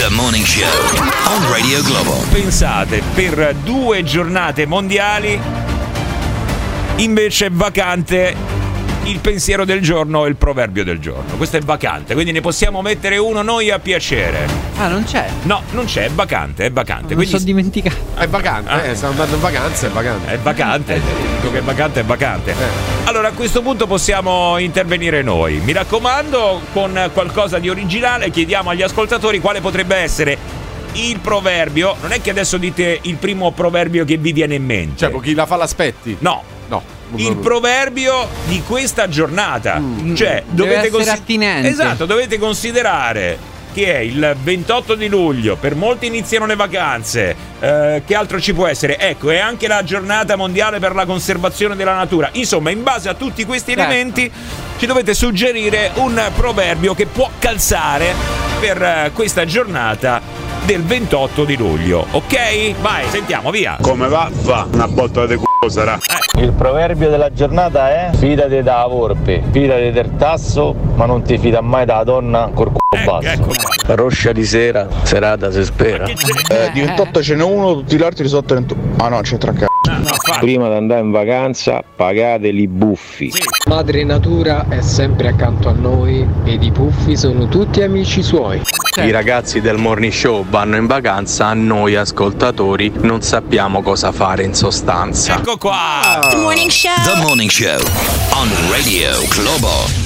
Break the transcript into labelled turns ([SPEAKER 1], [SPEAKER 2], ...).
[SPEAKER 1] The Morning Show on Radio Globo.
[SPEAKER 2] Pensate, per 2 giornate mondiali invece è vacante il pensiero del giorno e il proverbio del giorno. Questo è vacante, quindi ne possiamo mettere uno noi a piacere.
[SPEAKER 3] Ah, non c'è?
[SPEAKER 2] No, non c'è, è vacante, è vacante.
[SPEAKER 3] Non sono dimenticato.
[SPEAKER 4] È vacante, stiamo andando in vacanza, è vacante.
[SPEAKER 2] È vacante, dico che è vacante, è vacante. Allora a questo punto possiamo intervenire noi. Mi raccomando, con qualcosa di originale chiediamo agli ascoltatori quale potrebbe essere il proverbio. Non è che adesso dite il primo proverbio che vi viene in mente.
[SPEAKER 4] Cioè, chi la fa l'aspetti?
[SPEAKER 2] No. Il proverbio di questa giornata. Cioè,
[SPEAKER 3] deve essere attinente.
[SPEAKER 2] Esatto, dovete considerare che è il 28 di luglio, per molti iniziano le vacanze. Che altro ci può essere? Ecco, è anche la giornata mondiale per la conservazione della natura. Insomma, in base a tutti questi elementi ci dovete suggerire un proverbio che può calzare per questa giornata del 28 di luglio. Ok? Vai, sentiamo, via.
[SPEAKER 5] Come va? Una botta di culo sarà.
[SPEAKER 6] Il proverbio della giornata è: fidati dalla volpe, fidati del tasso, ma non ti fida mai dalla donna col culo basso.
[SPEAKER 2] Ecco qua.
[SPEAKER 6] Roscia di sera, serata si spera.
[SPEAKER 7] Di 28 ce n'è uno, tutti gli altri sotto 21. Ah no, c'è tra
[SPEAKER 6] Prima di andare in vacanza pagateli buffi.
[SPEAKER 8] Madre natura è sempre accanto a noi ed i puffi sono tutti amici suoi.
[SPEAKER 9] I ragazzi del Morning Show vanno in vacanza, a noi ascoltatori non sappiamo cosa fare in sostanza.
[SPEAKER 2] Ecco qua.
[SPEAKER 1] The Morning Show on Radio Globo.